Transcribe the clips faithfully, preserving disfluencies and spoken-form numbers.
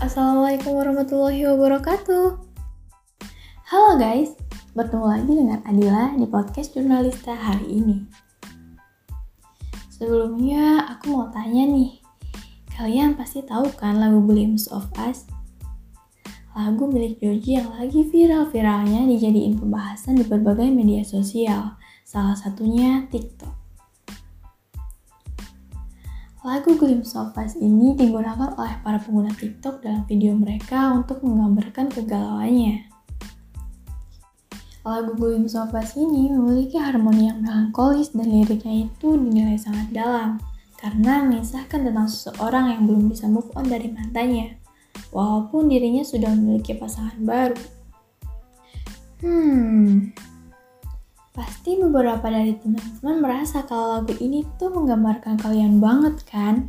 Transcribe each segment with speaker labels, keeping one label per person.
Speaker 1: Assalamualaikum warahmatullahi wabarakatuh. Halo guys, bertemu lagi dengan Adila di podcast Jurnalista hari ini. Sebelumnya aku mau tanya nih, kalian pasti tahu kan lagu Glimpse of Us? Lagu milik Joji yang lagi viral-viralnya dijadiin pembahasan di berbagai media sosial, salah satunya TikTok. Lagu Glimpse of Us ini digunakan oleh para pengguna TikTok dalam video mereka untuk menggambarkan kegalauannya. Lagu Glimpse of Us ini memiliki harmoni yang melankolis dan liriknya itu dinilai sangat dalam karena mengisahkan tentang seseorang yang belum bisa move on dari mantannya, walaupun dirinya sudah memiliki pasangan baru. Hmm... Pasti beberapa dari teman-teman merasa kalau lagu ini tuh menggambarkan kalian banget kan?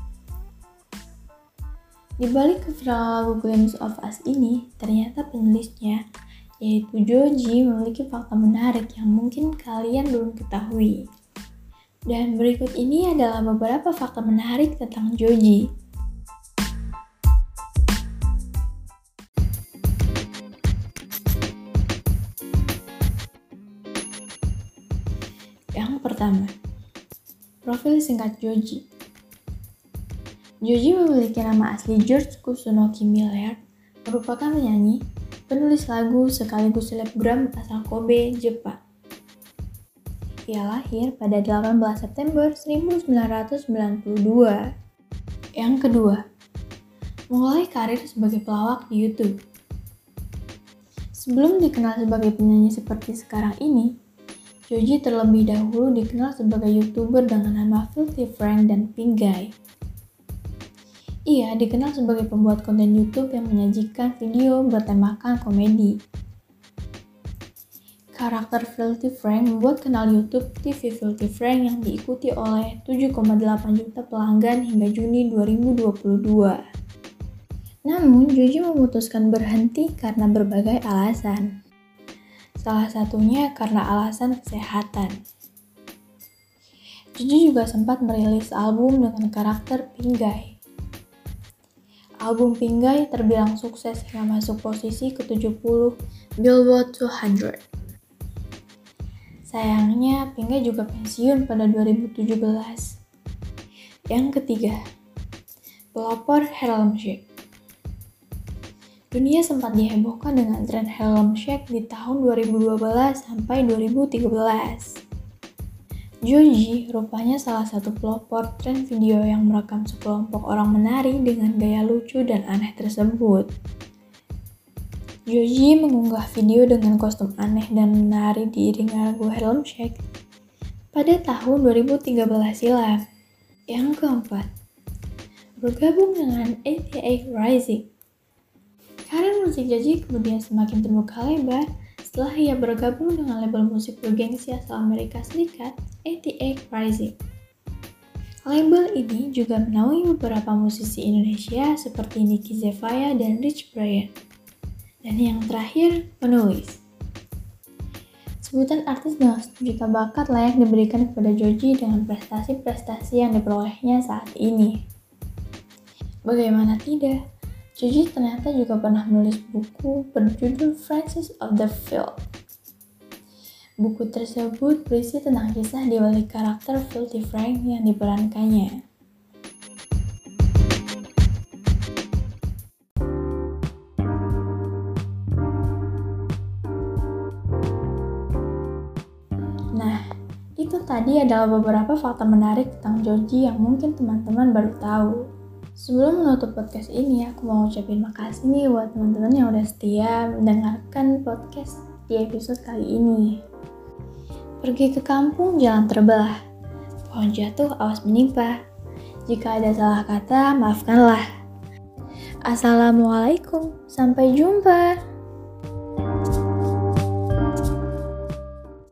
Speaker 1: Di balik keviralan lagu Glimpse of Us ini, ternyata penulisnya, yaitu Joji, memiliki fakta menarik yang mungkin kalian belum ketahui. Dan berikut ini adalah beberapa fakta menarik tentang Joji. Yang pertama, profil singkat Joji. Joji memiliki nama asli George Kusunoki Miller, merupakan penyanyi, penulis lagu sekaligus selebgram asal Kobe, Jepang. Ia lahir pada delapan belas September seribu sembilan ratus sembilan puluh dua. Yang kedua, mulai karir sebagai pelawak di YouTube. Sebelum dikenal sebagai penyanyi seperti sekarang ini, Joji terlebih dahulu dikenal sebagai YouTuber dengan nama Filthy Frank dan Pink Guy. Ia dikenal sebagai pembuat konten YouTube yang menyajikan video bertemakan komedi. Karakter Filthy Frank membuat kanal YouTube T V Filthy Frank yang diikuti oleh tujuh koma delapan juta pelanggan hingga Juni dua ribu dua puluh dua. Namun, Joji memutuskan berhenti karena berbagai alasan. Salah satunya karena alasan kesehatan. Joji juga sempat merilis album dengan karakter Pink Guy. Album Pink Guy terbilang sukses hingga masuk posisi ke tujuh puluh Billboard dua ratus. Sayangnya, Pink Guy juga pensiun pada dua ribu tujuh belas. Yang ketiga, pelopor Harlem Shake. Dunia sempat dihebohkan dengan tren Harlem Shake di tahun dua ribu dua belas sampai dua ribu tiga belas. Joji rupanya salah satu pelopor tren video yang merekam sekelompok orang menari dengan gaya lucu dan aneh tersebut. Joji mengunggah video dengan kostum aneh dan menari diiringi lagu Harlem Shake pada tahun dua ribu tiga belas silam. Yang keempat, bergabung dengan A T A Rising. Karir musik Joji kemudian semakin terbuka lebar setelah ia bergabung dengan label musik bergengsi asal Amerika Serikat, A T A Rising. Label ini juga menaungi beberapa musisi Indonesia seperti Nicky Zevaya dan Rich Brian. Dan yang terakhir, penulis. Sebutan artis dengan satu juta bakat layak diberikan kepada Joji dengan prestasi-prestasi yang diperolehnya saat ini. Bagaimana tidak? Joji ternyata juga pernah menulis buku berjudul Francis of the Field. Buku tersebut berisi tentang kisah di balik karakter Filthy Frank yang diperankannya. Nah, itu tadi adalah beberapa fakta menarik tentang Joji yang mungkin teman-teman baru tahu. Sebelum menutup podcast ini, aku mau ucapin makasih nih buat teman-teman yang udah setia mendengarkan podcast di episode kali ini. Pergi ke kampung, jalan terbelah. Pohon jatuh, awas menimpa. Jika ada salah kata, maafkanlah. Assalamualaikum, sampai jumpa.